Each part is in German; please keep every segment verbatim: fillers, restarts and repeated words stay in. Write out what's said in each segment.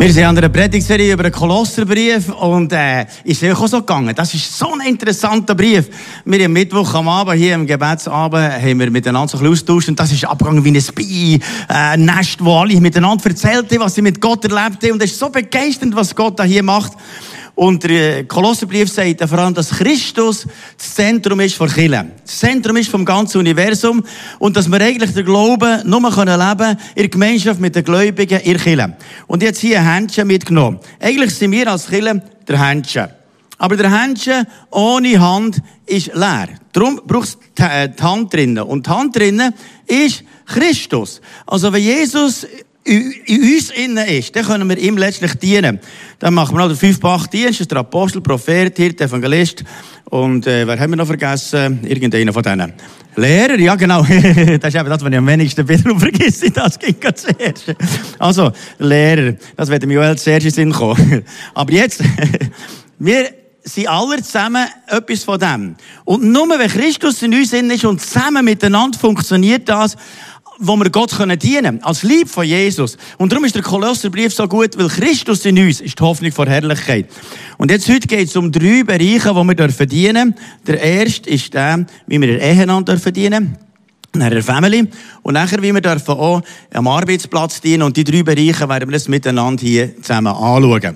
Wir sind an einer Predigtserie über den Kolosserbrief und äh, ist auch so gegangen. Das ist so ein interessanter Brief. Wir haben am Mittwoch am Abend, hier im Gebetsabend, haben wir miteinander so ein bisschen austauscht und das ist abgegangen wie ein Bi, äh, ein Nest, wo alle miteinander erzählt haben, was sie mit Gott erlebt haben. Und es ist so begeisternd, was Gott da hier macht. Und der Kolosserbrief sagt vor allem, dass Christus das Zentrum ist von Kirche. Das Zentrum ist vom ganzen Universum. Und dass wir eigentlich den Glauben nur leben können in der Gemeinschaft mit den Gläubigen in der Kirche. Und jetzt hier ein Händchen mitgenommen. Eigentlich sind wir als Kirche der Händchen. Aber der Händchen ohne Hand ist leer. Darum braucht es die Hand drinnen. Und die Hand drinnen ist Christus. Also wenn Jesus in uns innen ist, dann können wir ihm letztlich dienen. Dann machen wir noch den Fünf-Bach-Dienst, das ist der Apostel, Prophet, Hirte, Evangelist. Und äh, wer haben wir noch vergessen? Irgendeiner von denen. Lehrer, ja genau. Das ist eben das, was ich am wenigsten bin. Darum vergesse ich das, ging zuerst. Also, Lehrer, das wird mir auch zuerst in den Sinn kommen. Aber jetzt, wir sind alle zusammen etwas von dem. Und nur wenn Christus in uns innen ist und zusammen miteinander funktioniert das, wo wir Gott dienen können, als Lieb von Jesus. Und darum ist der Kolosserbrief so gut, weil Christus in uns ist die Hoffnung vor Herrlichkeit. Und jetzt heute geht es um drei Bereiche, wo wir dürfen dienen. Der erste ist der, wie wir in der Ehe einander dürfen dienen. Nach der Family. Und nachher, wie wir dürfen auch am Arbeitsplatz dienen. Und die drei Bereiche werden wir jetzt miteinander hier zusammen anschauen.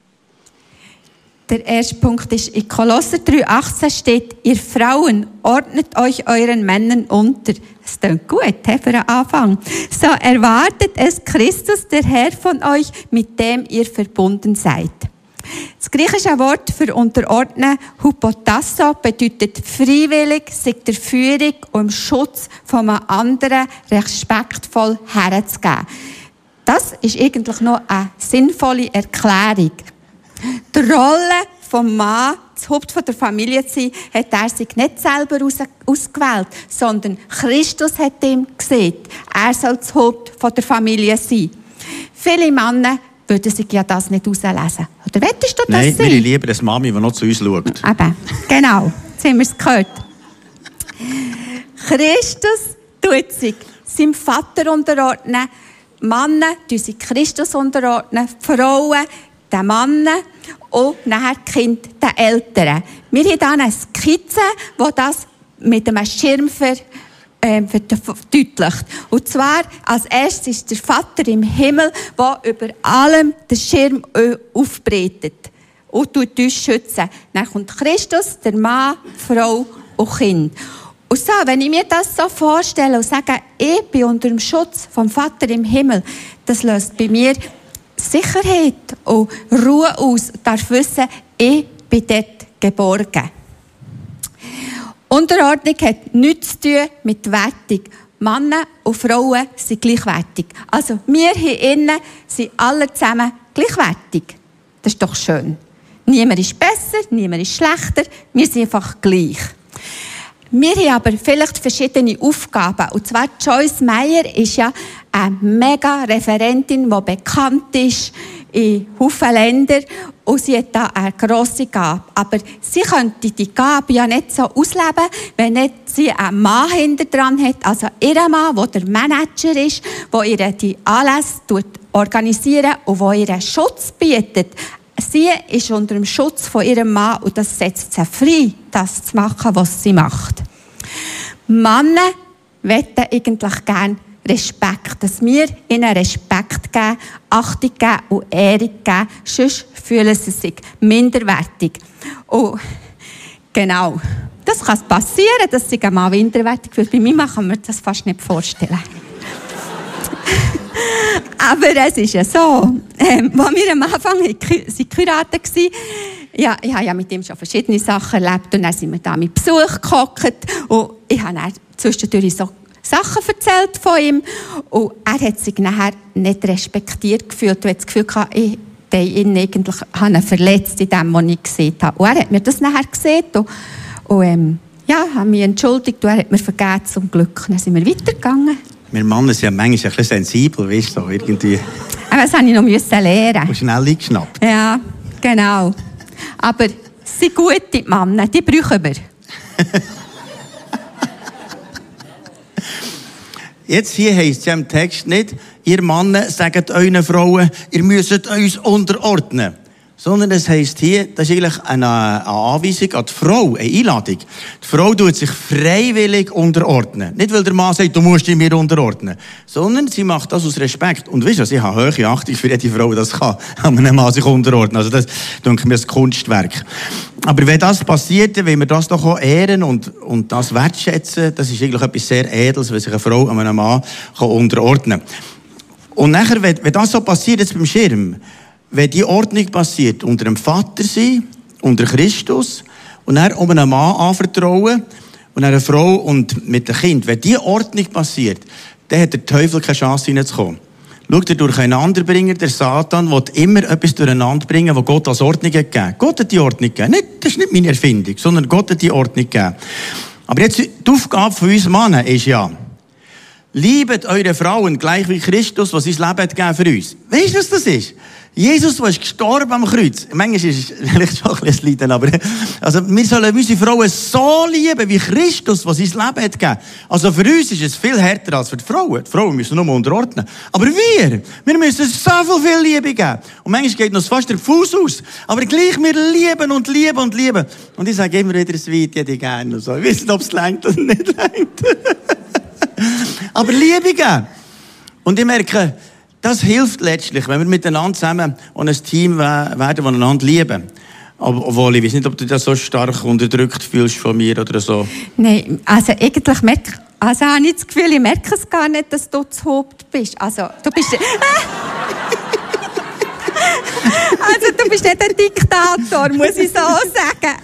Der erste Punkt ist, in Kolosser drei achtzehn steht, ihr Frauen, ordnet euch euren Männern unter. Das klingt gut, he, für den Anfang. So erwartet es Christus, der Herr von euch, mit dem ihr verbunden seid. Das griechische Wort für unterordnen, hupotasso, bedeutet freiwillig, sich der Führung und dem Schutz von einem anderen respektvoll herzugeben. Das ist eigentlich noch eine sinnvolle Erklärung. Die Rolle vom Mann, das Haupt der Familie zu sein, hat er sich nicht selber aus- ausgewählt, sondern Christus hat ihm gesehen. Er soll das Haupt der Familie sein. Viele Männer würden sich ja das nicht auslesen. Oder wettest du das Nein, sein? wir lieben eine Mami, die noch zu uns schaut. Eben, genau. Jetzt haben wir es gehört. Christus tut sich seinem Vater unterordnen. Männer tun sich Christus unterordnen. Frauen den Männern und nachher die Kinder den Eltern. Wir haben hier eine Skizze, die das mit einem Schirm ver, äh, verdeutlicht. Und zwar, als erstes ist der Vater im Himmel, der über allem den Schirm aufbreitet und tut uns schützen. Dann kommt Christus, der Mann, Frau und Kind. Und so, wenn ich mir das so vorstelle und sage, ich bin unter dem Schutz vom Vater im Himmel, das löst bei mir Sicherheit und Ruhe aus, darf wissen, ich bin dort geborgen. Unterordnung hat nichts zu tun mit Wertung. Männer und Frauen sind gleichwertig. Also wir hier innen sind alle zusammen gleichwertig. Das ist doch schön. Niemand ist besser, niemand ist schlechter, wir sind einfach gleich. Wir haben aber vielleicht verschiedene Aufgaben. Und zwar Joyce Meyer ist ja eine mega Referentin, die bekannt ist in vielen Ländern. Und sie hat da eine grosse Gabe. Aber sie könnte die Gabe ja nicht so ausleben, wenn nicht sie einen Mann hinter dran hat. Also ihren Mann, der der Manager ist, der ihr die Anlässe organisiert und der ihr Schutz bietet. Sie ist unter dem Schutz von ihrem Mann und das setzt sie frei, das zu machen, was sie macht. Männer wollen eigentlich gerne Respekt, dass wir ihnen Respekt geben, Achtung geben und Ehrung geben, sonst fühlen sie sich minderwertig. Und genau, das kann passieren, dass sich ein Mann minderwertig fühlt. Bei mir kann man das fast nicht vorstellen. Aber es ist ja so, ähm, als wir am Anfang geheiratet waren, ja, ich habe ja mit ihm schon verschiedene Sachen erlebt und dann sind wir da mit Besuch gehockt und ich habe dann zwischendurch so Sachen erzählt von ihm und er hat sich nachher nicht respektiert gefühlt und hat das Gefühl gehabt, ich habe ihn eigentlich habe ihn verletzt in dem, was ich gesehen habe. Und er hat mir das nachher gesehen und, und ähm, ja, habe mich entschuldigt und er hat mir vergeben, zum Glück. Dann sind wir weitergegangen. Wir Männer sind ja manchmal ein bisschen sensibel, weißt du, so irgendwie. Aber das musste ich noch lernen. Und schnell eingeschnappt. Ja, genau. Aber sie sind gute Männer, die brauchen wir. Jetzt hier heisst es ja im Text nicht, ihr Männer sagt euren Frauen, ihr müsst uns unterordnen. Sondern es heisst hier, das ist eigentlich eine, eine Anweisung an die Frau, eine Einladung. Die Frau tut sich freiwillig unterordnen. Nicht, weil der Mann sagt, du musst dich mir unterordnen. Sondern sie macht das aus Respekt. Und weißt du, ich habe hohe Achtung für jede Frau, die das kann, an einem Mann sich unterordnen. Also das, denke ich mir, ist ein Kunstwerk. Aber wenn das passiert, dann wollen wir das doch auch ehren und, und das wertschätzen. Das ist eigentlich etwas sehr Edles, wenn sich eine Frau an einem Mann kann unterordnen kann. Und nachher, wenn, wenn das so passiert, jetzt beim Schirm, wenn die Ordnung passiert, unter dem Vater sein, unter Christus, und dann um einen Mann anvertrauen, und eine Frau und mit dem Kind, wenn die Ordnung passiert, dann hat der Teufel keine Chance hineinzukommen. Schaut, der Durcheinanderbringer, der Satan, will immer etwas durcheinander bringen, was Gott als Ordnung hat gegeben. Gott hat die Ordnung gegeben. Nicht, das ist nicht meine Erfindung, sondern Gott hat die Ordnung gegeben. Aber jetzt, die Aufgabe von uns Männern ist ja, liebet eure Frauen gleich wie Christus, was sein Leben hat gegeben für uns. Weißt du, was das ist? Jesus, der ist gestorben am Kreuz. Manchmal ist es vielleicht schon ein bisschen Leiden, aber also, wir sollen unsere Frauen so lieben, wie Christus, was sein Leben hat gegeben. Also für uns ist es viel härter als für die Frauen. Die Frauen müssen nur unterordnen. Aber wir, wir müssen so viel, viel Liebe geben. Und manchmal geht uns fast der Fuß aus. Aber gleich, wir lieben und lieben und lieben. Und ich sage immer wieder, es weit, hätte ich gerne und so. Ich weiß nicht, ob es reicht oder nicht reicht. Aber Liebe geben. Und ich merke, das hilft letztlich, wenn wir miteinander zusammen und ein Team werden, das einander lieben. Obwohl, ich weiß nicht, ob du das so stark unterdrückt fühlst von mir oder so. Nein, also eigentlich merke also habe ich das Gefühl, ich merke es gar nicht, dass du das Haupt bist. Also, du bist... also, du bist nicht ein Diktator, muss ich so sagen.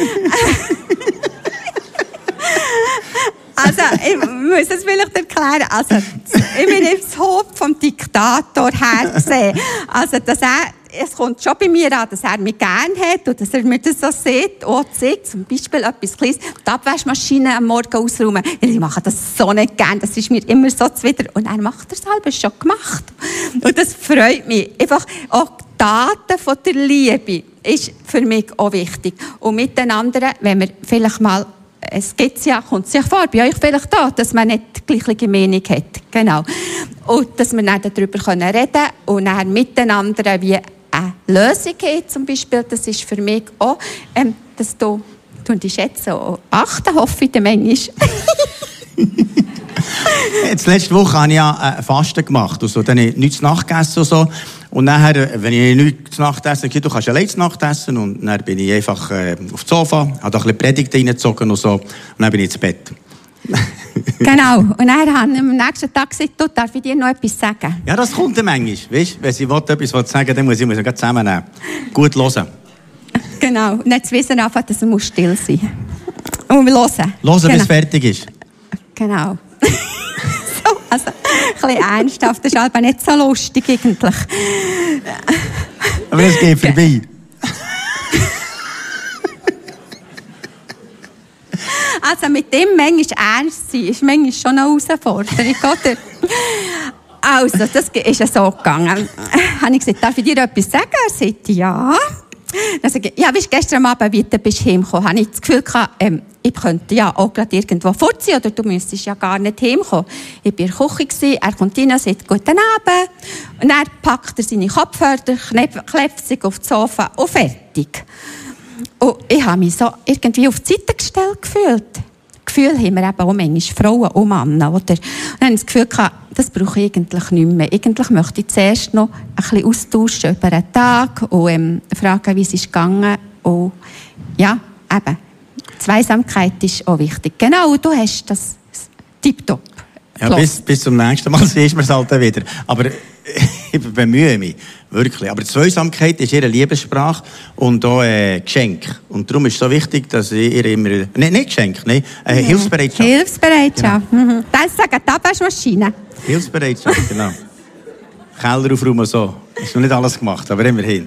Also, ich muss es vielleicht erklären. Also, ich bin nicht das Haupt vom Diktator her gesehen. Also, dass er, es kommt schon bei mir an, dass er mich gerne hat und dass er mir das so sieht. Auch sieht, zum Beispiel etwas Kleines, die Abwaschmaschine am Morgen ausräumen. Ich mache das so nicht gerne, das ist mir immer so zuwider. Und er macht das selber schon gemacht. Und das freut mich. Einfach auch die Taten von der Liebe ist für mich auch wichtig. Und mit den anderen, wenn wir vielleicht mal es gibt's ja, kommt es ja vor, bei euch vielleicht da, dass man nicht die gleiche Meinung hat. Genau. Und dass wir dann darüber reden können und dann miteinander wie eine Lösung haben, zum Beispiel, das ist für mich auch, ähm, dass du, du die Schätze auch achten, hoffe ich, der Mensch. Jetzt, letzte Woche habe ich ja äh, Fasten gemacht. Also, dann habe ich nichts zu Nacht gegessen und so. Und nachher, wenn ich nichts zu Nacht esse, dann du kannst allein zu Nacht essen. Und dann bin ich einfach äh, auf dem Sofa, habe da ein bisschen Predigt reingezogen und so. Und dann bin ich ins Bett. Genau. Und dann habe ich am nächsten Tag gesagt, du, darf ich dir noch etwas sagen? Ja, das kommt dann manchmal. Weißt? Wenn sie will, etwas sagen, dann muss ich, muss ich zusammennehmen. Gut hören. Genau. Und jetzt wissen wir einfach, dass er still sein muss. Und wir hören. Hören, genau. bis es fertig ist. Genau. so, also, ein bisschen ernsthaft, das ist aber nicht so lustig eigentlich. Aber es geht vorbei. Also mit dem manchmal ernst sein, ist manchmal schon eine Herausforderung, oder? Also, das ist ja so gegangen. Habe ich gesagt, darf ich dir etwas sagen? Er sagt, ja. Dann sage ich, ja, weißt, gestern Abend weiter bist du heimgekommen. Habe ich das Gefühl gehabt, ähm, ich könnte ja auch gerade irgendwo fort sein, oder du müsstest ja gar nicht heimkommen. Ich war in der Küche, er kommt rein, sagt, guten Abend. Und dann packt er seine Kopfhörer, klebt sich auf das Sofa und fertig. Und ich habe mich so irgendwie auf die Seite gestellt gefühlt. Gefühl haben wir eben auch manchmal Frauen und Männer, oder? Und dann habe ich das Gefühl gehabt, das brauche ich eigentlich nicht mehr. Eigentlich möchte ich zuerst noch ein bisschen austauschen über einen Tag und ähm, fragen, wie es ist gegangen. Und ja, eben, Zweisamkeit ist auch wichtig. Genau, du hast das tiptop. Ja, bis, bis zum nächsten Mal siehst du es halt wieder. Aber ich bemühe mich, wirklich. Aber die Zweisamkeit ist ihre Liebessprache und auch äh, Geschenk. Und darum ist es so wichtig, dass ihr immer... Nein, nicht Geschenk, nein, äh, ja. Hilfsbereitschaft. Hilfsbereitschaft. Genau. Mhm. Das sagen die Abwaschmaschine. Hilfsbereitschaft, genau. Keller aufräumen, so. Ist noch nicht alles gemacht, aber immerhin.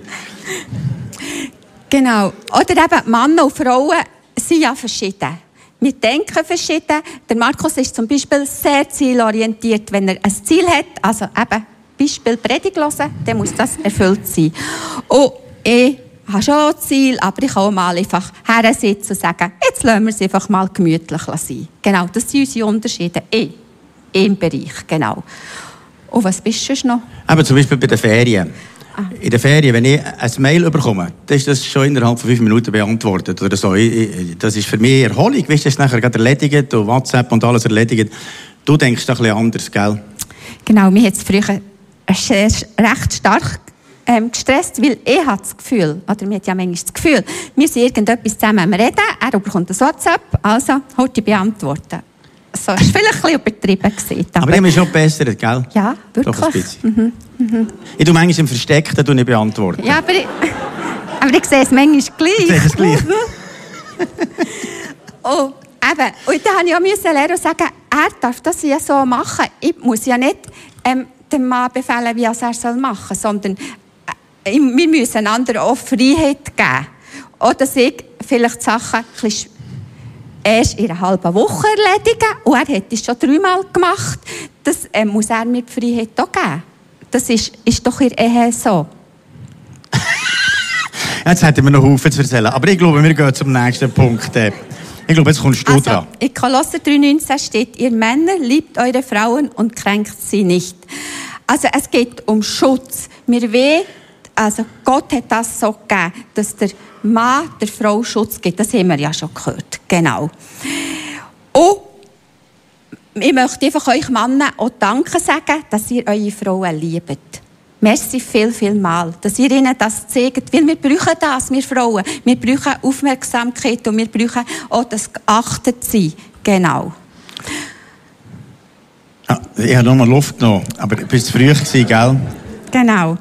Genau. Oder eben Männer und Frauen sind ja verschieden. Wir denken verschieden. Der Markus ist zum Beispiel sehr zielorientiert. Wenn er ein Ziel hat, also eben Beispiel Predigt hören, dann muss das erfüllt sein. Und ich habe schon ein Ziel, aber ich kann auch mal einfach hersitzen und sagen, jetzt lassen wir es einfach mal gemütlich sein. Genau, das sind unsere Unterschiede. Ich, einem Bereich, genau. Und was bist du sonst noch? Aber zum Beispiel bei den Ferien. Ah. In den Ferien, wenn ich ein Mail bekomme, dann ist das schon innerhalb von fünf Minuten beantwortet oder so. Ich, ich, das ist für mich Erholung. Weißt, das ist nachher gerade erledigt und WhatsApp und alles erledigt. Du denkst da ein bisschen anders, gell? Genau, mir hat es früher recht stark ähm, gestresst, weil ich habe das Gefühl, oder mir hat ja manchmal das Gefühl, wir sind irgendetwas zusammen am Reden, er bekommt ein WhatsApp, also heute beantworten. So, das war vielleicht ein bisschen übertrieben gewesen, aber, aber ich habe mich schon gebessert, gell? Ja, wirklich. Doch ein bisschen. Mhm. Mhm. Ich tue manchmal im Versteckten nicht beantworten. Ja, aber ich, aber ich sehe es manchmal gleich. Ich sehe es gleich. oh, eben. Und dann musste ich auch müssen lernen sagen, er darf das ja so machen. Ich muss ja nicht ähm, dem Mann befehlen, wie er es machen soll, sondern äh, wir müssen einander auch Freiheit geben. Oder dass ich vielleicht Sachen ein bisschen erst in einer halben Woche erledigen und er hat es schon dreimal gemacht. Das äh, muss er mir die Freiheit auch geben. Das ist, ist doch in der Ehe so. Jetzt hätten wir noch Haufen zu erzählen. Aber ich glaube, wir gehen zum nächsten Punkt. Ich glaube, jetzt kommst du also, dran. In Kolosser drei neunzehn steht, ihr Männer liebt eure Frauen und kränkt sie nicht. Also es geht um Schutz. Wir wollen, also Gott hat das so gegeben, dass der Mann der Frau Schutz gibt. Das haben wir ja schon gehört. Genau. Und ich möchte einfach euch Männer auch Danke sagen, dass ihr eure Frauen liebt. Merci viel, viel mal, dass ihr ihnen das zeigt, weil wir brauchen das, wir Frauen. Wir brauchen Aufmerksamkeit und wir brauchen auch das geachtet sein. Genau. Ja, ich habe noch mal Luft genommen, aber du warst zu früh gewesen, gell? Genau.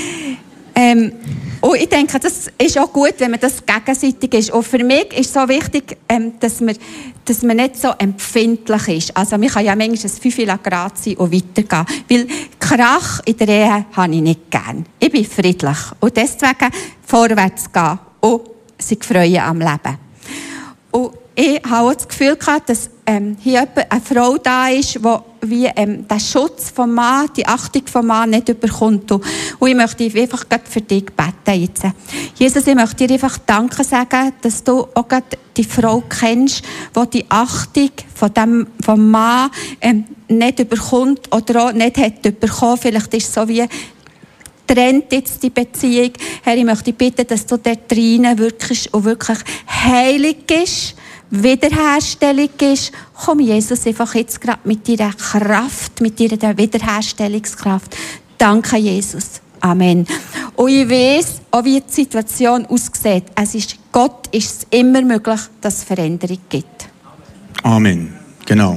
Ähm, und ich denke, das ist auch gut, wenn man das gegenseitig ist. Und für mich ist es so wichtig, ähm, dass, man, dass man nicht so empfindlich ist. Also man kann ja manchmal ein fünf Grad sein und weitergehen. Weil Krach in der Ehe habe ich nicht gern. Ich bin friedlich. Und deswegen vorwärts gehen und sich freuen am Leben. Und ich habe auch das Gefühl gehabt, dass ähm, hier eine Frau da ist, die wie, ähm, den Schutz vom Mann, die Achtung vom Mann nicht überkommt. Und, und ich möchte einfach für dich beten jetzt. Jesus, ich möchte dir einfach Danke sagen, dass du auch die Frau kennst, die die Achtung von dem, vom Mann ähm, nicht überkommt oder auch nicht hat überkommen. Vielleicht ist es so wie trennt jetzt die Beziehung. Herr, ich möchte bitten, dass du dort drinnen wirklich und wirklich heilig bist, Wiederherstellung ist. Komm, Jesus, einfach jetzt gerade mit deiner Kraft, mit deiner Wiederherstellungskraft. Danke, Jesus. Amen. Und ich weiss, auch wie die Situation aussieht. Es ist, Gott ist es immer möglich, dass es Veränderung gibt. Amen. Genau.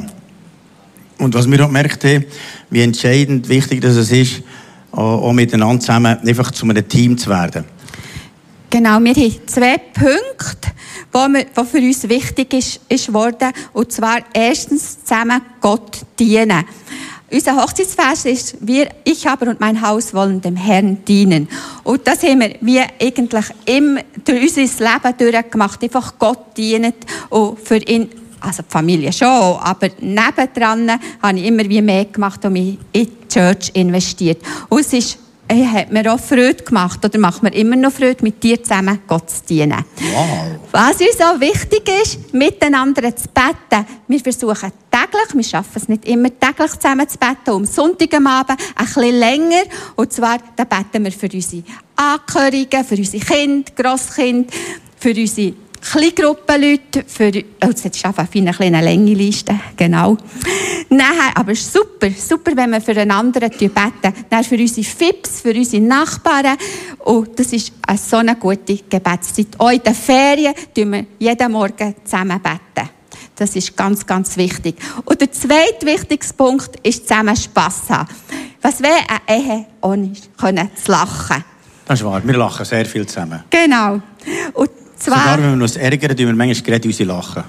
Und was wir auch gemerkt haben, wie entscheidend wichtig das ist, auch miteinander zusammen einfach zu einem Team zu werden. Genau, wir haben zwei Punkte, die für uns wichtig ist, ist worden. Und zwar erstens zusammen Gott dienen. Unser Hochzeitsfest ist, wir, ich aber und mein Haus wollen dem Herrn dienen. Und das haben wir wie eigentlich im, durch unser Leben durchgemacht. Einfach Gott dienen und für ihn, also die Familie schon, aber nebendran habe ich immer wie mehr gemacht und mich in die Church investiert. Und es ist, es hat mir auch Freude gemacht, oder macht mir immer noch Freude, mit dir zusammen Gott zu dienen. Wow. Was uns auch wichtig ist, miteinander zu beten. Wir versuchen täglich, wir schaffen es nicht immer täglich zusammen zu beten, um Sonntag am Abend ein bisschen länger. Und zwar, da beten wir für unsere Angehörigen, für unsere Kinder, Grosskinder, für unsere Kleingruppenleute, für, oh, jetzt ist einfach eine kleine lange Liste, genau. Nachher, aber super, super, wenn wir füreinander beten. Dann für unsere Fips, für unsere Nachbarn. Und das ist eine so eine gute Gebetszeit. Auch in den Ferien tun wir jeden Morgen zusammen beten. Das ist ganz, ganz wichtig. Und der zweite wichtigste Punkt ist zusammen Spass haben. Was wäre eine Ehe ohne können zu lachen? Das ist wahr, wir lachen sehr viel zusammen. Genau. Und zwar, sogar wenn wir uns ärgern, tun wir manchmal gerade unsere lachen.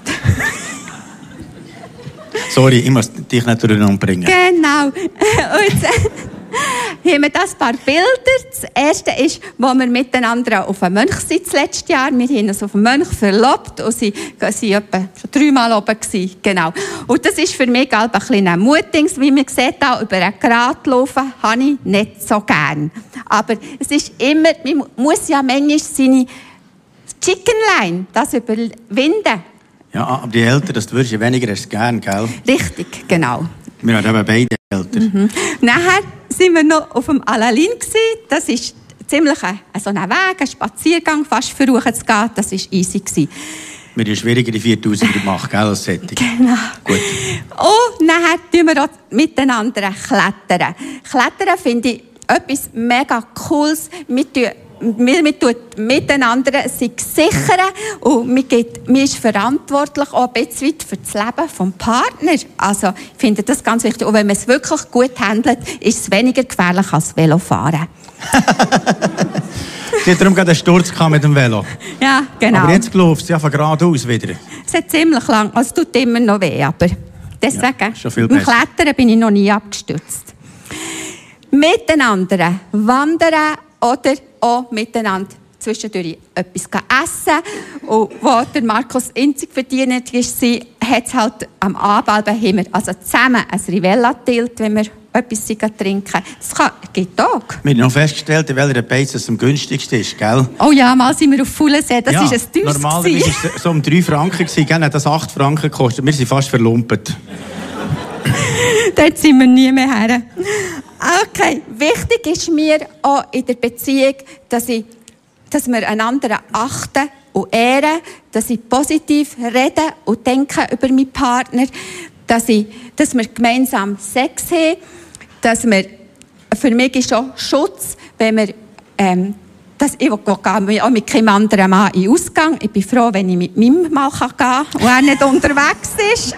Sorry, ich muss dich nicht durcheinander bringen. Genau. Und jetzt äh, haben wir das paar Bilder. Das erste ist, wo wir miteinander auf einem Mönch sind das letzte Jahr. Wir haben uns auf einen Mönch verlobt und sie waren etwa schon dreimal oben gewesen. Genau. Und das ist für mich ein bisschen ermutigend, wie man sieht, da über einen Grat laufen, habe ich nicht so gern. Aber es ist immer, man muss ja manchmal seine Chickenline, das überwinden. Ja, aber die Eltern, das würdest du weniger erst gern, gell? Richtig, genau. Wir waren eben beide älter. Mhm. Nachher waren wir noch auf dem Alalin. Das ist ziemlich ein, so ein Weg, ein Spaziergang, fast versuchen zu gehen. Das war easy. Wir haben schwieriger die viertausend gemacht, gell, als Setting. Genau. Gut. Und nachher tun wir auch miteinander klettern. Klettern finde ich etwas mega Cooles. Wir tun Wir, wir tun miteinander sich sichern und man, geht, man ist verantwortlich auch ein bisschen weit für das Leben des Partners. Also ich finde das ganz wichtig. Und wenn man es wirklich gut handelt, ist es weniger gefährlich als Velofahren. Sie hat darum gerade einen Sturz mit dem Velo. Ja, genau. Aber jetzt läuft sie einfach geradeaus wieder. Es hat ziemlich lang, also es tut immer noch weh, aber deswegen, ja, schon viel beim besser. Klettern bin ich noch nie abgestürzt. Miteinander wandern oder auch miteinander zwischendurch etwas essen. Und wo der Markus einzig verdient war, hat es halt am Abend haben wir also zusammen ein Rivella geteilt, wenn wir etwas trinken. Das kann, geht auch. Wir haben noch festgestellt, in welcher Beiz es am günstigsten ist, gell? Oh ja, mal sind wir auf Fullensee, das ja, ist ein teures. Normalerweise war es so um drei Franken, gell? Hat das acht Franken gekostet. Wir sind fast verlumpet. Dort sind wir nie mehr her. Okay, wichtig ist mir auch in der Beziehung, dass, ich, dass wir einander achten und ehren, dass ich positiv rede und denke über meinen Partner, dass, ich, dass wir gemeinsam Sex haben, dass wir, für mich ist auch Schutz, wenn wir, ähm, dass ich gehe auch mit keinem anderen Mann in den Ausgang. Ich bin froh, wenn ich mit meinem Mann gehen kann und er nicht unterwegs ist.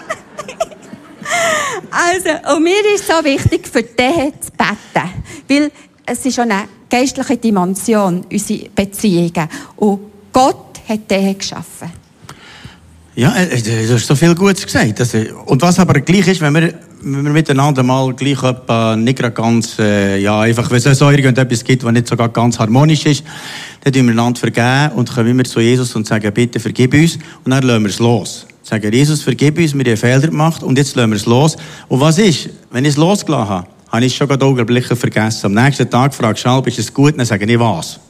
Also, und mir ist es so wichtig, für die Ehe zu beten. Weil es ist schon eine geistliche Dimension, unsere Beziehungen. Und Gott hat die Ehe geschaffen. Ja, du hast so viel Gutes gesagt. Und was aber gleich ist, wenn wir, wenn wir miteinander mal gleich etwa nicht gerade ganz, äh, ja, einfach, wenn es so irgendetwas gibt, was nicht so ganz harmonisch ist, dann tun wir einander vergeben und kommen immer zu Jesus und sagen, bitte vergib uns. Und dann lassen wir es los. Sagen, Jesus, vergib uns, wir haben Fehler gemacht und jetzt lassen wir es los. Und was ist, wenn ich es losgelassen habe, habe ich es schon gerade augenblicklich vergessen. Am nächsten Tag fragst du, ist es gut? Dann sage ich, was?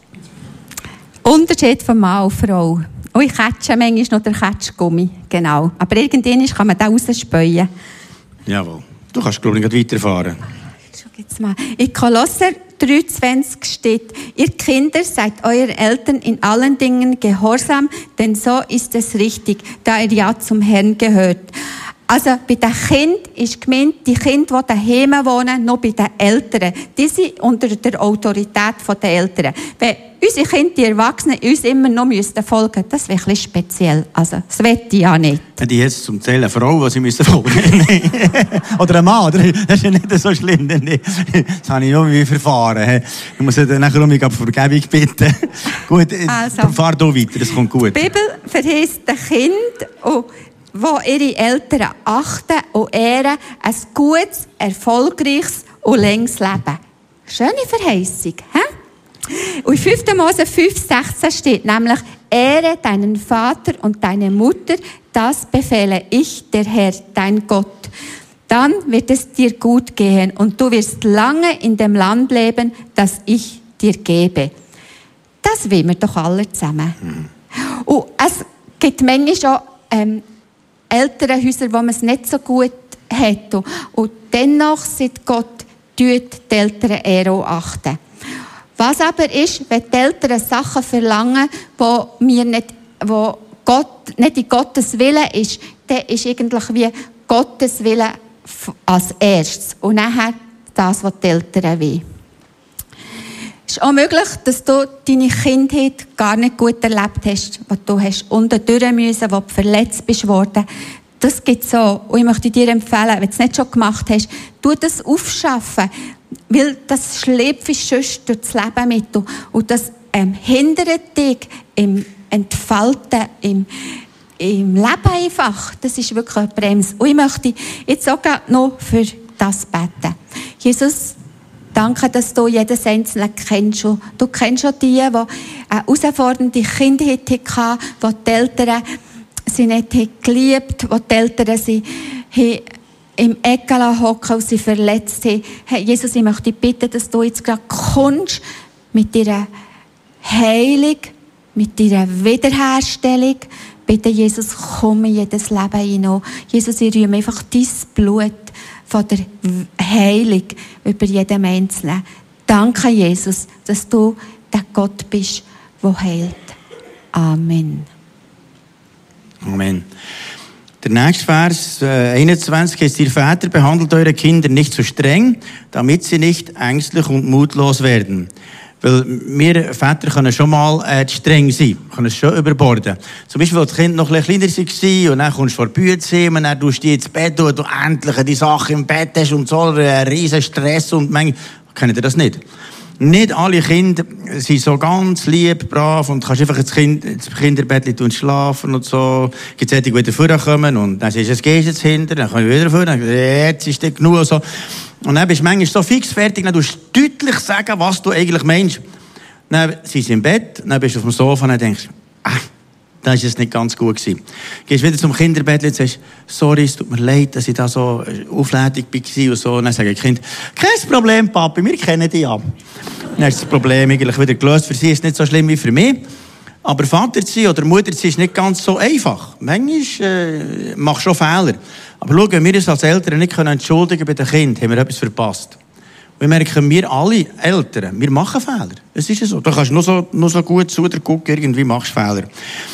Unterschied von Mann und Frau. Oh, ich catche manchmal noch den Catchgummi, genau. Aber irgendwann kann man den rausspähen. Jawohl. Du kannst, glaube ich, nicht weiterfahren. Schau jetzt mal. In Kolosser drei zwanzig steht, ihr Kinder seid euren Eltern in allen Dingen gehorsam, denn so ist es richtig, da ihr ja zum Herrn gehört. Also bei den Kindern ist gemeint, die Kinder, die daheim wohnen, noch bei den Eltern. Die sind unter der Autorität der Eltern. Wenn unsere Kinder, die Erwachsenen, uns immer noch müssten folgen, das wäre ein bisschen speziell. Also, das möchte ich ja nicht. Die jetzt zum Zählen eine Frau, die sie müssen folgen. Oder ein Mann, das ist ja nicht so schlimm. Das habe ich noch wie verfahren. Ich muss dann nachher um Vergebung bitten. Gut, also, fahr hier weiter, das kommt gut. Die Bibel verheißt den Kindern, wo ihre Eltern achten und ehren, ein gutes, erfolgreiches und längeres Leben. Schöne Verheißung, hä? Und in fünfter Mose fünf sechzehn steht nämlich, ehre deinen Vater und deine Mutter, das befehle ich, der Herr, dein Gott. Dann wird es dir gut gehen und du wirst lange in dem Land leben, das ich dir gebe. Das wollen wir doch alle zusammen. Mhm. Und es gibt manchmal schon ähm, Elternhäuser, wo man es nicht so gut hat. Und dennoch sagt Gott, tut die Eltern eher auch achten. Was aber ist, wenn die Eltern Sachen verlangen, wo wir nicht, wo Gott, nicht in Gottes Willen ist, dann ist eigentlich wie Gottes Willen als erstes. Und nachher das, was die Eltern wollen. Es ist auch möglich, dass du deine Kindheit gar nicht gut erlebt hast, wo du hast unten durch müssen, wo du verletzt bist worden. Das gibt es so. Und ich möchte dir empfehlen, wenn du es nicht schon gemacht hast, tu das aufschaffen. Weil das schleppt sonst durch das Leben mit. Und das ähm, hindert dich im Entfalten, im, im Leben einfach. Das ist wirklich eine Bremse. Und ich möchte jetzt auch noch für das beten. Jesus, danke, dass du jedes Einzelne kennst. Du kennst schon die, die eine herausfordernde Kindheit hatten, wo die Eltern sie nicht geliebt haben, wo die Eltern sie im Ecke hocken und sie verletzt haben. Hey, Jesus, ich möchte dich bitten, dass du jetzt gerade kommst mit deiner Heilung, mit deiner Wiederherstellung. Bitte, Jesus, komm in jedes Leben hinein. Jesus, ich rühme einfach dein Blut von der Heilung über jeden Einzelnen. Danke, Jesus, dass du der Gott bist, der heilt. Amen. Amen. Der nächste Vers, äh, einundzwanzig, ist: Ihr Väter, behandelt eure Kinder nicht so streng, damit sie nicht ängstlich und mutlos werden. Weil wir Väter können schon mal äh, streng sein, können es schon überborden. Zum Beispiel, als das Kind noch ein bisschen kleiner war und dann kommst du vor die Bühne und dann tust du die ins Bett und du endlich die Sachen im Bett hast und so einen riesen Stress und manchmal, kennt ihr das nicht? Nicht alle Kinder sind so ganz lieb, brav und kannst einfach ins, kind, ins Kinderbettchen schlafen und so. Gibt es die wieder vorkommen und dann sagst du, es geht jetzt hinter, dann kann ich wieder vor, dann jetzt ist das genug und so. Und dann bist du manchmal so fix fertig, dann tust du deutlich sagen, was du eigentlich meinst. Dann sind sie im Bett, dann bist du auf dem Sofa und dann denkst du, ah, da ist es nicht ganz gut gewesen. Gehst wieder zum Kinderbett und sagst, sorry, es tut mir leid, dass ich da so auflädig war und so. Und dann sagen die Kinder, kein Problem, Papi, wir kennen dich ja. Dann ist das Problem eigentlich wieder gelöst. Für sie ist es nicht so schlimm wie für mich. Aber Vater zu sein oder Mutter zu sein ist nicht ganz so einfach. Manchmal äh, machst du schon Fehler. Aber schau, wenn wir uns als Eltern nicht entschuldigen bei den Kindern, haben wir etwas verpasst. Wir merken, wir alle Eltern, wir machen Fehler. Es ist ja so. Du kannst nur so, nur so gut zu dir gucken, irgendwie machst du Fehler.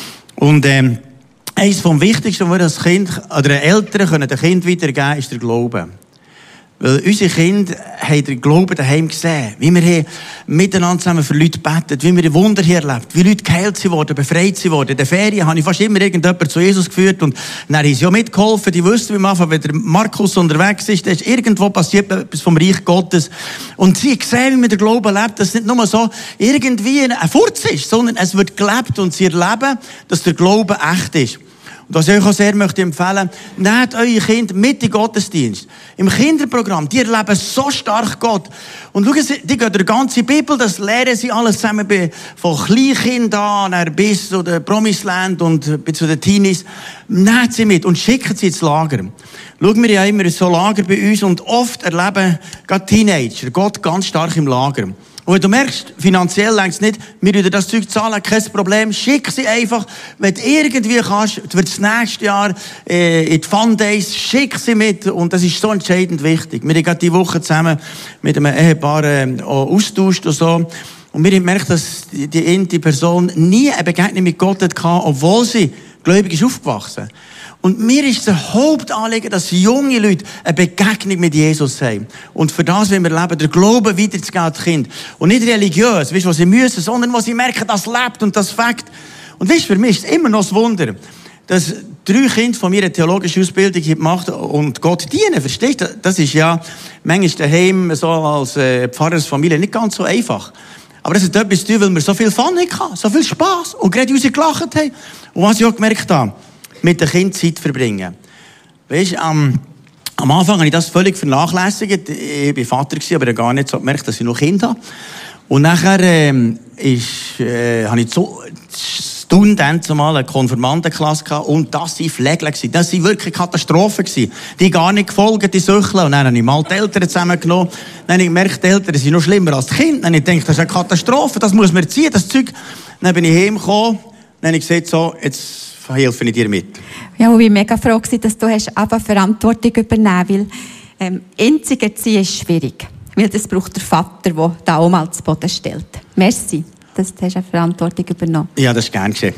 Und ähm, eines vom Wichtigsten, was wir als Kind oder Eltern können den Kind weitergeben, ist der Glaube. Weil unsere Kinder haben den Glauben daheim gesehen, wie wir hier miteinander zusammen für Leute beten, wie wir Wunder hier erlebt, wie Leute geheilt sind worden, befreit sind worden. In der Ferien habe ich fast immer irgendjemanden zu Jesus geführt und dann haben sie ja mitgeholfen, die wussten, wie man, wenn der Markus unterwegs ist, da ist irgendwo passiert etwas vom Reich Gottes. Und sie sehen, wie man den Glauben lebt, dass es nicht nur so irgendwie ein Furz ist, sondern es wird gelebt und sie erleben, dass der Glaube echt ist. Und was ich euch auch sehr möchte empfehlen, nehmt eure Kinder mit in den Gottesdienst. Im Kinderprogramm, die erleben so stark Gott. Und schauen Sie, die gehen durch die ganze Bibel, das lernen sie alles zusammen, von Kleinkindern an bis zu den Promisland und bis zu den Teenies. Nehmt sie mit und schickt sie ins Lager. Schauen wir ja immer so Lager bei uns und oft erleben gerade Teenager Gott ganz stark im Lager. Und wenn du merkst, finanziell längst nicht, wir würden das Zeug zahlen, kein Problem, schick sie einfach, wenn du irgendwie kannst, wird das nächste Jahr äh, in die Fun Days, schick sie mit und das ist so entscheidend wichtig. Wir haben gerade diese Woche zusammen mit einem Ehepaar äh, austauscht und so und wir haben gemerkt, dass die, die, die Person nie eine Begegnung mit Gott hatte, obwohl sie gläubig ist aufgewachsen. Und mir ist das Hauptanliegen, dass junge Leute eine Begegnung mit Jesus haben. Und für das, wenn wir leben, der Glaube weiterzugeben an die Kinder. Und nicht religiös, weißt du, was sie müssen, sondern was sie merken, das lebt und das fängt. Und weißt du, für mich ist es immer noch ein Wunder, dass drei Kinder von mir eine theologische Ausbildung gemacht haben und Gott dienen, verstehst du? Das ist ja manchmal daheim so als äh, Pfarrersfamilie nicht ganz so einfach. Aber das hat etwas zu tun, weil wir so viel Fun hatten, so viel Spass und gerade uns gelacht haben. Und was ich auch gemerkt habe, mit den Kindern Zeit verbringen. Weißt du, am, am Anfang habe ich das völlig vernachlässigt. Ich war Vater, aber ich habe gar nicht so gemerkt, dass ich noch Kinder habe. Und nachher ähm, ist, äh, habe ich so Stunden dann zumal eine Konfirmandenklasse gehabt und das waren Pflegler gewesen. Das waren wirklich Katastrophen gewesen. Die gar nicht gefolgt, die Süchler. Und dann habe ich mal die Eltern zusammengenommen. Dann habe ich gemerkt, die Eltern sind noch schlimmer als die Kinder. Dann habe ich gedacht, das ist eine Katastrophe, das muss man ziehen, das Zeug. Dann bin ich heimgekommen. Dann habe ich gesagt, so, jetzt helfe ich dir mit. Ja, und ich war mega froh, dass du hast aber Verantwortung übernehmen, weil ähm, einzig erziehen ist schwierig. Weil das braucht der Vater, der da auch mal zu Boden stellt. Merci, dass du eine Verantwortung übernommen hast. Ja, das ist gern geschehen.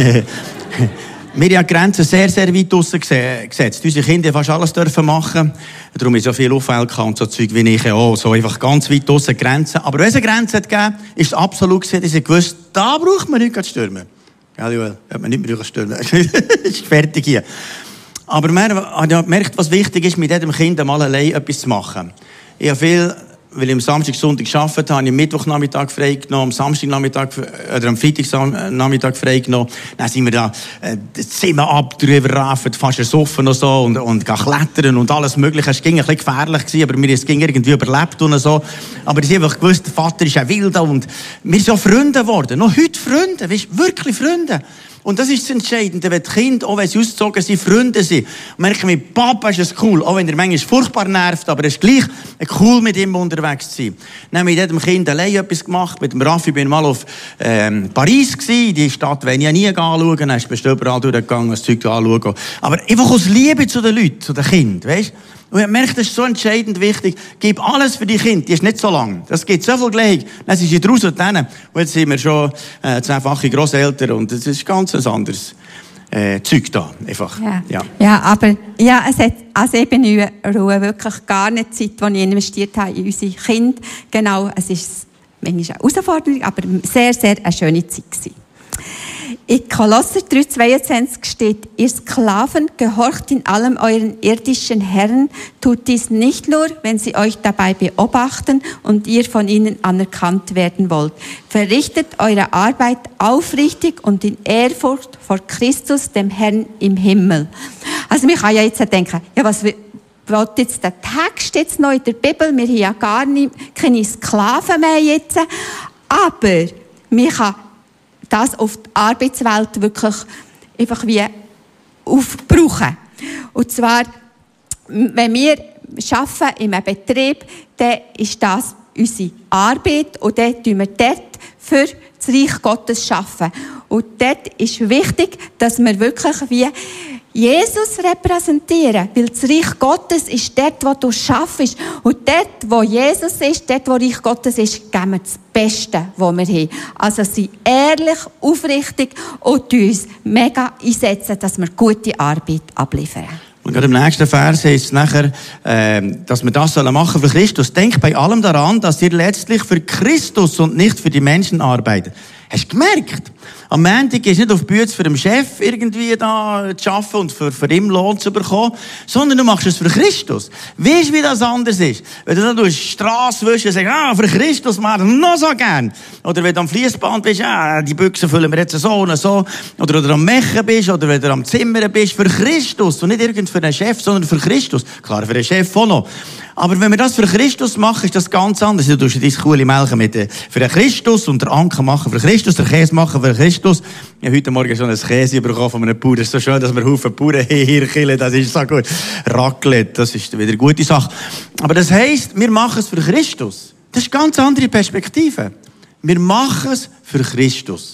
Wir haben die Grenzen sehr, sehr weit draussen gesetzt. Unsere Kinder fast alles dürfen machen. Darum ist so viel Aufwand gehabt und so Zeug wie ich auch. So einfach ganz weit draussen Grenzen. Aber wenn es eine Grenze gegeben hat, ist es absolut gesehen, dass ich gewusst, da braucht man nicht zu stürmen. Ja, Joel, hat man nicht mehr stürmen. Ist fertig hier. Aber man hat gemerkt, was wichtig ist, mit jedem Kind einmal allein etwas zu machen. Ich habe viel, weil ich am Samstag, Sonntag gearbeitet habe, habe ich am Mittwochnachmittag freigenommen, am Samstagnachmittag, oder am Freitagnachmittag freigenommen. Dann sind wir da, äh, das Zimmer ab, drüber raffen, fast ersoffen und so, und, und klettern und alles Mögliche. Es ging ein bisschen gefährlich gewesen, aber mir, es ging irgendwie überlebt und so. Aber ich habe einfach gewusst, der Vater ist ein Wilder und wir sind so Freunde geworden. Noch heute Freunde, weißt, wirklich Freunde. Und das ist das Entscheidende, wenn die Kinder, auch wenn sie ausgezogen sind, Freunde sind. Und merken, mit Papa ist es cool, auch wenn er manchmal furchtbar nervt, aber es ist gleich cool, mit ihm unterwegs zu sein. Dann haben wir mit jedem Kind allein etwas gemacht. Mit dem Raffi bin ich mal auf ähm, Paris gewesen. Die Stadt will ich ja nie anschauen. Dann bist du überall durchgegangen, das Zeug anschauen. Aber einfach aus Liebe zu den Leuten, zu den Kindern, weißt? Und ich merke, das ist so entscheidend wichtig. Gib alles für die Kinder. Die ist nicht so lang. Das gibt so viel Gleich. Dann sind sie draussen und dann. Und jetzt sind wir schon äh, zehnfache Grosseltern und das ist ganz ein anderes äh, Zeug da. Einfach. Ja. Ja. ja, aber ja, es hat als eben Ruhe wirklich gar nicht Zeit, die ich investiert habe in unsere Kinder. Genau, es ist manchmal eine Herausforderung, aber sehr, sehr eine schöne Zeit gewesen. In Kolosser drei zweiundzwanzig steht, ihr Sklaven, gehorcht in allem euren irdischen Herren, tut dies nicht nur, wenn sie euch dabei beobachten und ihr von ihnen anerkannt werden wollt. Verrichtet eure Arbeit aufrichtig und in Ehrfurcht vor Christus, dem Herrn im Himmel. Also man kann ja jetzt denken, ja, was will jetzt der Text jetzt noch in der Bibel? Wir haben ja gar nicht, keine Sklaven mehr jetzt. Aber man kann das auf die Arbeitswelt wirklich einfach wie aufbrauchen. Und zwar, wenn wir arbeiten in einem Betrieb, dann ist das unsere Arbeit und dann tun wir dort für das Reich Gottes arbeiten. Und dort ist wichtig, dass wir wirklich wie Jesus repräsentieren, weil das Reich Gottes ist dort, wo du schaffst. Und dort, wo Jesus ist, dort, wo Reich Gottes ist, geben wir das Beste, was wir haben. Also sind ehrlich, aufrichtig und uns mega einsetzen, dass wir gute Arbeit abliefern. Und gerade im nächsten Vers heißt es nachher, äh, dass wir das machen für Christus. Denk bei allem daran, dass ihr letztlich für Christus und nicht für die Menschen arbeitet. Hast du gemerkt? Am Montag gehst du nicht auf die Bühne für den Chef irgendwie da zu arbeiten und für, für ihn Lohn zu bekommen, sondern du machst es für Christus. Weißt du, wie das anders ist? Wenn du dann durch die Strasse wischst und sagst, ah, für Christus mache ich noch so gern. Oder wenn du am Fließband bist, ah, die Büchse füllen wir jetzt so und so. Oder wenn du am Mechen bist, oder wenn du am Zimmern bist, für Christus. Und nicht irgend für den Chef, sondern für Christus. Klar, für den Chef auch noch. Aber wenn wir das für Christus machen, ist das ganz anders. Du tust deine coole Melken mit, für den Christus und der Anker machen für Christus, der Käse machen für Christus. Ich habe heute Morgen schon ein Käse bekommen von einem Bauer. Das ist so schön, dass wir Haufen Bauern hier killen. Das ist so gut. Raclette, das ist wieder eine gute Sache. Aber das heisst, wir machen es für Christus. Das ist eine ganz andere Perspektive. Wir machen es für Christus.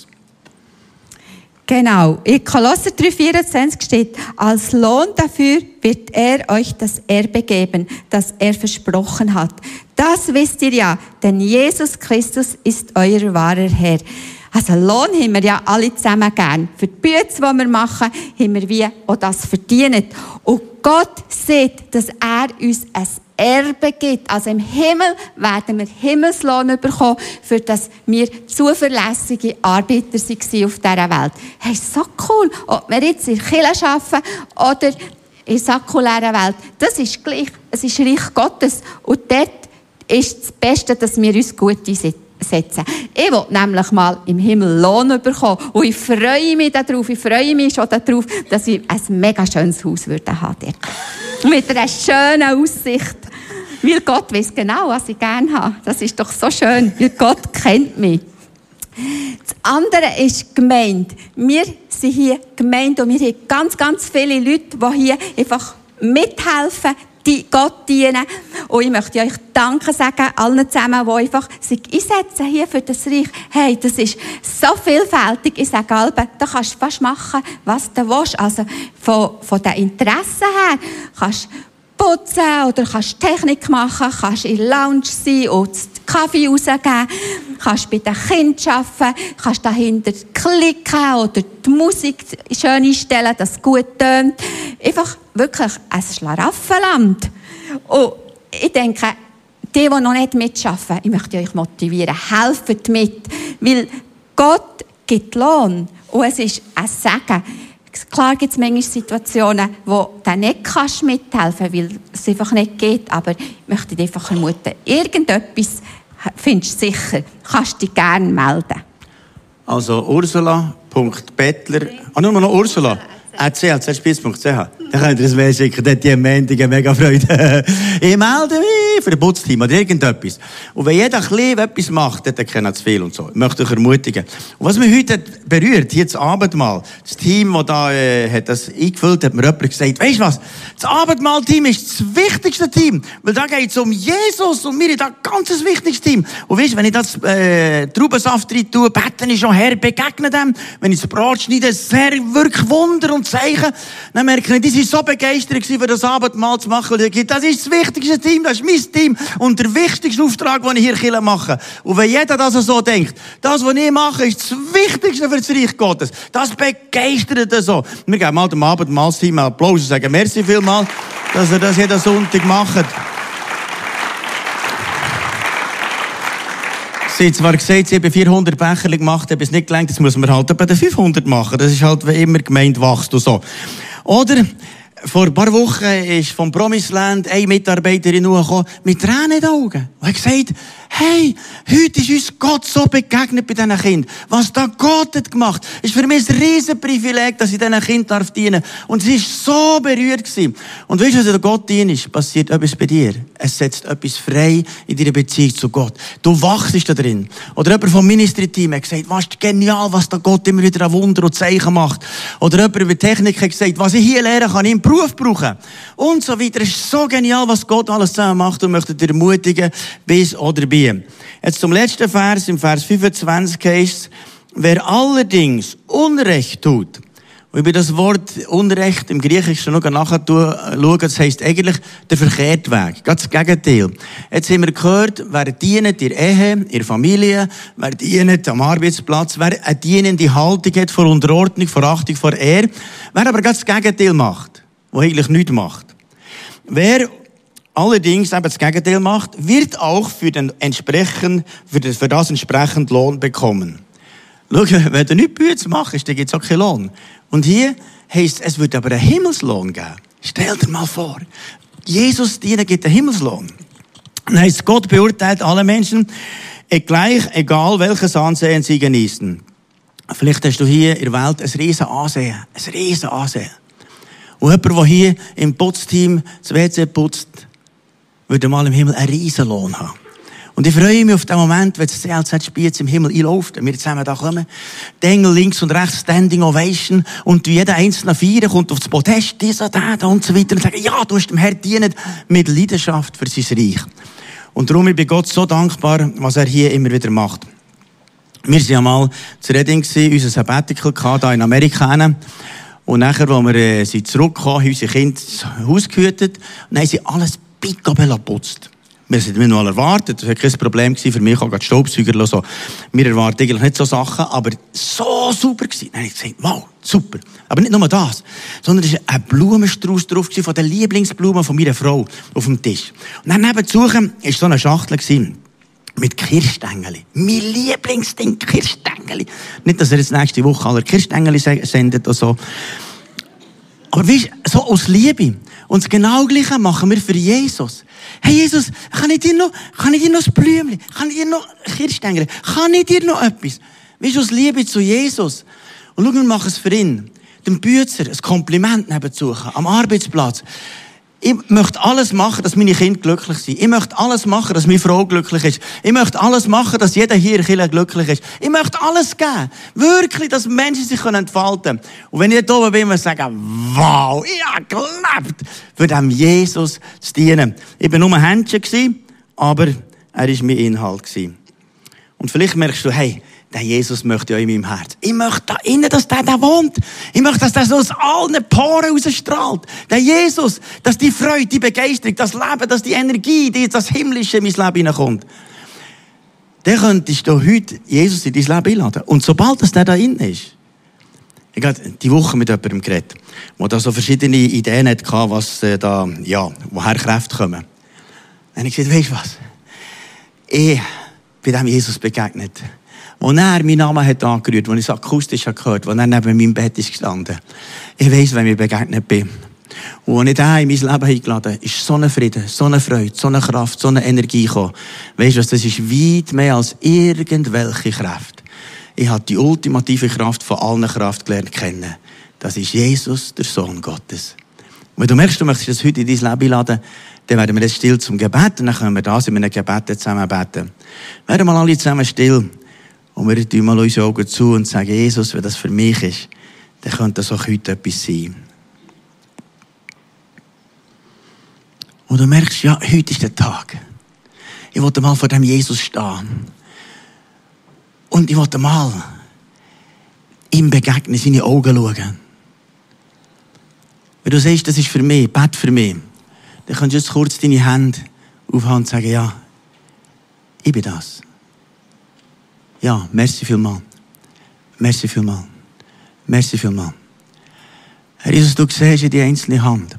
Genau. In Kolosser drei vierundzwanzig steht, als Lohn dafür wird er euch das Erbe geben, das er versprochen hat. Das wisst ihr ja, denn Jesus Christus ist euer wahrer Herr. Also Lohn haben wir ja alle zusammen gern. Für die Bücher, die wir machen, haben wir wie auch das verdient. Und Gott sieht, dass er uns ein Erbe gibt. Also im Himmel werden wir Himmelslohn bekommen, für das wir zuverlässige Arbeiter waren auf dieser Welt. Hey, so cool. Ob wir jetzt in der Kirche arbeiten oder in der säkulären Welt, das ist gleich. Es ist Reich Gottes. Und dort ist das Beste, dass wir uns gut einsetzen. Ich will nämlich mal im Himmel Lohn bekommen. Und ich freue mich darauf, ich freue mich schon darauf, dass ich ein mega schönes Haus würde haben dort. Mit einer schönen Aussicht. Weil Gott weiss genau, was ich gerne habe. Das ist doch so schön, weil Gott kennt mich. Das andere ist Gemeinde. Wir sind hier Gemeinde und wir haben ganz, ganz viele Leute, die hier einfach mithelfen, die Gott dienen. Und ich möchte euch Danke sagen, allen zusammen, die einfach sich einsetzen hier für das Reich. Hey, das ist so vielfältig. Ich sage alle, da kannst du fast machen, was du willst. Also von, von den Interessen her kannst du putzen oder kannst Technik machen, kannst in der Lounge sein und Kaffee rausgeben, kannst bei den Kindern arbeiten, kannst dahinter klicken oder die Musik schön einstellen, dass es gut tönt. Einfach wirklich ein Schlaraffenland. Und ich denke, die, die noch nicht mitschaffen, ich möchte euch motivieren, helft mit, weil Gott gibt Lohn und es ist ein Segen. Klar gibt es manchmal Situationen, wo du nicht kannst mithelfen kannst, weil es einfach nicht geht. Aber ich möchte dir einfach ermutigen, irgendetwas findest du sicher, kannst du dich gerne melden. Also Ursula Punkt Bettler. Ah, nur noch Ursula. at c l z spitz punkt c h. Dann könnt ihr das Mail schicken, dort die Mendungen, mega Freude. Ich melde mich für ein Putzteam oder irgendetwas. Und wenn jeder ein bisschen etwas macht, dann kennen zu viel und so. Ich möchte euch ermutigen. Und was mich heute berührt, hier das Abendmahl, das Team, das da äh, hat das eingefüllt hat, mir jemand gesagt, weisst du was, das Abendmahl-Team ist das wichtigste Team, weil da geht es um Jesus und wir sind da ganz ein wichtiges Team. Und weisst du, wenn ich das äh, Traubensaft rein tue, bete ich schon, Herr, begegne dem. Wenn ich das Brot schneide, Herr, wirklich Wunder und und Zeichen. Dann merke ich, die sind so begeistert gewesen, für das Abendmahl zu machen. Und das ist das wichtigste Team, das ist mein Team. Und der wichtigste Auftrag, den ich hier Kirche mache. Und wenn jeder das so denkt, das, was ich mache, ist das Wichtigste für das Reich Gottes. Das begeistert er so. Wir geben mal dem Abendmahlsteam einen Applaus und sagen, merci vielmals, dass ihr das jeden Sonntag macht. Sie haben zwar gesagt, sie haben vierhundert Becher gemacht, aber es nicht gelangt, das muss man halt bei den fünfhundert machen. Das ist halt, wie immer Gemeinde wächst und so. Oder, vor ein paar Wochen ist vom Promisland eine Mitarbeiterin gekommen, mit Tränen in den Augen. Und hat gesagt, hey, heute ist uns Gott so begegnet bei diesen Kindern. Was da Gott hat gemacht, ist für mich ein riesen Privileg, dass ich diesen Kindern dienen darf. Und sie ist so berührt gewesen. Und weißt du, was der Gott dienst, passiert etwas bei dir. Es setzt etwas frei in deiner Beziehung zu Gott. Du wachst da drin. Oder jemand vom Ministry-Team hat gesagt, was ist genial, was da Gott immer wieder an Wunder und Zeichen macht. Oder jemand über Technik hat gesagt, was ich hier lerne, kann ich im Beruf brauchen. Und so weiter. Es ist so genial, was Gott alles zusammen macht und möchte dir ermutigen, bis oder bei. Jetzt zum letzten Vers, im Vers fünfundzwanzig heißt, wer allerdings Unrecht tut, und über das Wort Unrecht im Griechischen noch nachschauen, das heisst eigentlich der verkehrte Weg. Ganz das Gegenteil. Jetzt haben wir gehört, wer dient in der Ehe, in der Familie, wer dient am Arbeitsplatz, wer eine dienende Haltung hat vor Unterordnung, vor Achtung, vor Ehre, wer aber ganz das Gegenteil macht, wo eigentlich nichts macht. Wer allerdings eben das Gegenteil macht, wird auch für, den entsprechend, für, das, für das entsprechend Lohn bekommen. Schau, wenn du nichts Böses machst, dann gibt es auch keinen Lohn. Und hier heisst es, wird aber einen Himmelslohn geben. Stell dir mal vor, Jesus dienen gibt einen Himmelslohn. Dann heisst, Gott beurteilt alle Menschen gleich, egal welches Ansehen sie genießen. Vielleicht hast du hier in der Welt ein riesen Ansehen, ein riesen Ansehen. Und jemand, der hier im Putzteam das W C putzt, würde mal im Himmel einen Riesenlohn haben. Und ich freue mich auf den Moment, wenn das C L Z-Spiez im Himmel einläuft und wir zusammen da kommen. Die Engel links und rechts, Standing Ovation, und jeder einzelne feiern, kommt auf das Podest, dieser, der, da und so weiter, und sagen, ja, du hast dem Herrn dienen mit Leidenschaft für sein Reich. Und darum bin ich Gott so dankbar, was er hier immer wieder macht. Wir waren ja mal zu Reading, unser Sabbatical hier in Amerika. Und nachher, als wir äh, sind zurückgekommen, haben unsere Kinder das Haus gehütet und haben sie alles picobello geputzt. Wir sind immer noch erwartet, das war kein Problem für mich, auch die Staubsauger und so. Wir erwarten eigentlich nicht so Sachen, aber so super gewesen. Dann habe ich gesagt, wow, super. Aber nicht nur das, sondern es war ein Blumenstrauß drauf von den Lieblingsblumen von meiner Frau auf dem Tisch. Und dann nebenzu war so eine Schachtel gewesen, mit Kirschstängeli. Mein Lieblingsding, Kirschstängeli. Nicht, dass er jetzt nächste Woche alle Kirschstängeli sendet oder so. Aber weißt, so aus Liebe. Und das genau Gleiche machen wir für Jesus. Hey Jesus, kann ich dir noch, kann ich dir noch ein Blümchen? Kann ich dir noch Kirschstängeli? Kann ich dir noch etwas? Weißt du, aus Liebe zu Jesus. Und schau, wir machen es für ihn. Dem Bützer ein Kompliment nebenzusuchen. Am Arbeitsplatz. Ich möchte alles machen, dass meine Kinder glücklich sind. Ich möchte alles machen, dass meine Frau glücklich ist. Ich möchte alles machen, dass jeder hier in der Kirche glücklich ist. Ich möchte alles geben. Wirklich, dass Menschen sich entfalten können. Und wenn ich da oben bin, muss ich sagen, wow, ich habe gelebt, für dem Jesus zu dienen. Ich war nur ein Händchen, aber er war mein Inhalt. Und vielleicht merkst du, hey, der Jesus möchte ja in meinem Herz. Ich möchte da innen, dass der da wohnt. Ich möchte, dass der so aus allen Poren rausstrahlt. Der Jesus, dass die Freude, die Begeisterung, das Leben, dass die Energie, die das Himmlische in mein Leben hineinkommt. Dann könntest du heute Jesus in dein Leben einladen. Und sobald das der da innen ist, ich habe die Woche mit jemandem geredet, der da so verschiedene Ideen hatte, was da, ja, woher Kräfte kommen. Dann habe ich gesagt, weisst du was? Ich bin dem Jesus begegnet. Als er meinen Namen hat angerührt, als ich es akustisch gehört habe, als er neben meinem Bett ist gestanden. Ich weiss, wenn ich begegnet bin. Und als ich den in mein Leben eingeladen habe, ist so ein Frieden, so eine Freude, so eine Kraft, so eine Energie gekommen. Weisst du was, das ist weit mehr als irgendwelche Kraft. Ich habe die ultimative Kraft von allen Kraft gelernt kennen. Das ist Jesus, der Sohn Gottes. Und wenn du merkst, du möchtest das heute in dein Leben einladen, dann werden wir jetzt still zum Gebet und dann können wir das in einem Gebet zusammen beten. Wir werden mal alle zusammen still. Und wir tun mal unsere Augen zu und sagen, Jesus, wenn das für mich ist, dann könnte das auch heute etwas sein. Und du merkst, ja, heute ist der Tag. Ich wollte mal vor dem Jesus stehen. Und ich wollte mal ihm begegnen, seine Augen schauen. Wenn du sagst, das ist für mich, bett für mich, dann kannst du jetzt kurz deine Hände aufhalten und sagen, ja, ich bin das. Ja, merci vielmals. Merci vielmals. Merci vielmals. Herr Jesus, du siehst in die einzelne Hand.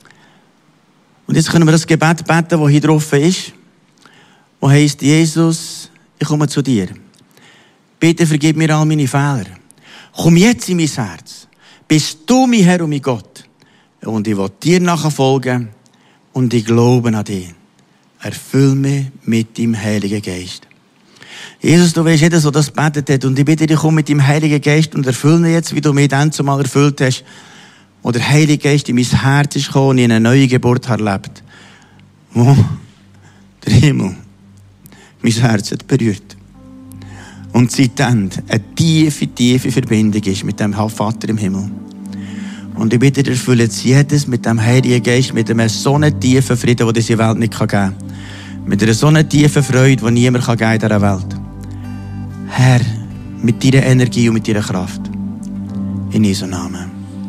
Und jetzt können wir das Gebet beten, das hier drauf ist, wo heisst, Jesus, ich komme zu dir. Bitte vergib mir all meine Fehler. Komm jetzt in mein Herz. Bist du mein Herr und mein Gott. Und ich will dir nachfolgen und ich glaube an dich. Erfüll mich mit deinem Heiligen Geist. Jesus, du weißt jeder, der das betet hat. Und ich bitte dich, komm mit deinem Heiligen Geist und erfüll mich jetzt, wie du mich dann zumal erfüllt hast. Wo der Heilige Geist in mein Herz ist gekommen und ich eine neue Geburt erlebt. Wo der Himmel mein Herz hat berührt. Und seitdem eine tiefe, tiefe Verbindung ist mit dem Vater im Himmel. Und ich bitte dich, erfülle jetzt jedes mit dem Heiligen Geist, mit einem so einen tiefen Frieden, den diese Welt nicht geben kann. Mit einer so einer tiefen Freude, die niemand geben kann in dieser Welt. Herr, mit deiner Energie und mit deiner Kraft. In Jesu Namen.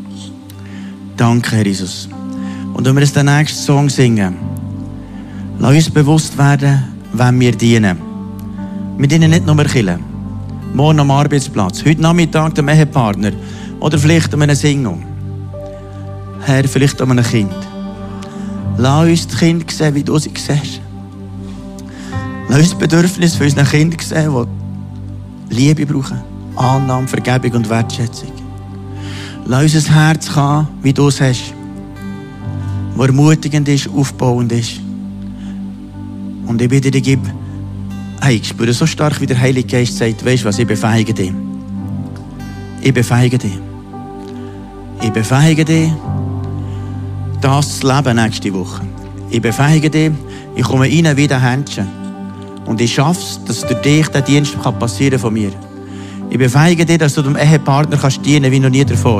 Danke, Herr Jesus. Und wenn wir jetzt den nächsten Song singen, lass uns bewusst werden, wem wir dienen. Wir dienen nicht nur Kirche. Morgen am Arbeitsplatz, heute Nachmittag dem Ehepartner oder vielleicht um eine Single. Herr, vielleicht um ein Kind. Lass uns die Kinder sehen, wie du sie siehst. Lass uns das Bedürfnis für unsere Kinder sehen, die Liebe brauchen, Annahme, Vergebung und Wertschätzung. Lass uns ein Herz haben, wie du es hast, das ermutigend ist, aufbauend ist. Und ich bitte dich, gib, hey, ich spüre so stark, wie der Heilige Geist sagt, weisst du was, ich befähige dich. Ich befähige dich. Ich befähige dich, das zu leben nächste Woche. Ich befähige dich, ich komme rein wie ein Händchen. Und ich schaffe es, dass durch dich der Dienst passieren kann von mir. Ich befähige dich, dass du dem Ehepartner kannst dienen wie noch nie davor.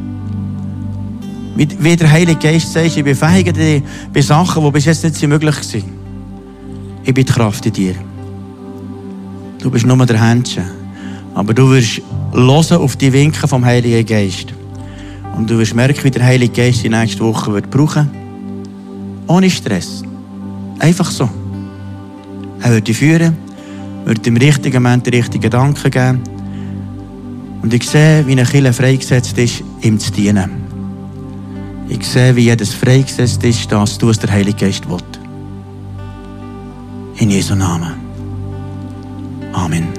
Wie, wie der Heilige Geist sagt, ich befähige dich bei Sachen, die bis jetzt nicht möglich waren. Ich bin die Kraft in dir. Du bist nur der Händchen. Aber du wirst hören auf die Winke vom Heiligen Geist. Und du wirst merken, wie der Heilige Geist die nächste Woche wird brauchen. Ohne Stress. Einfach so. Er wird dich führen, wird im richtigen Moment die richtigen Gedanken geben. Und ich sehe, wie eine Kirche freigesetzt ist, ihm zu dienen. Ich sehe, wie jedes freigesetzt ist, dass du es der Heilige Geist will. In Jesu Namen. Amen.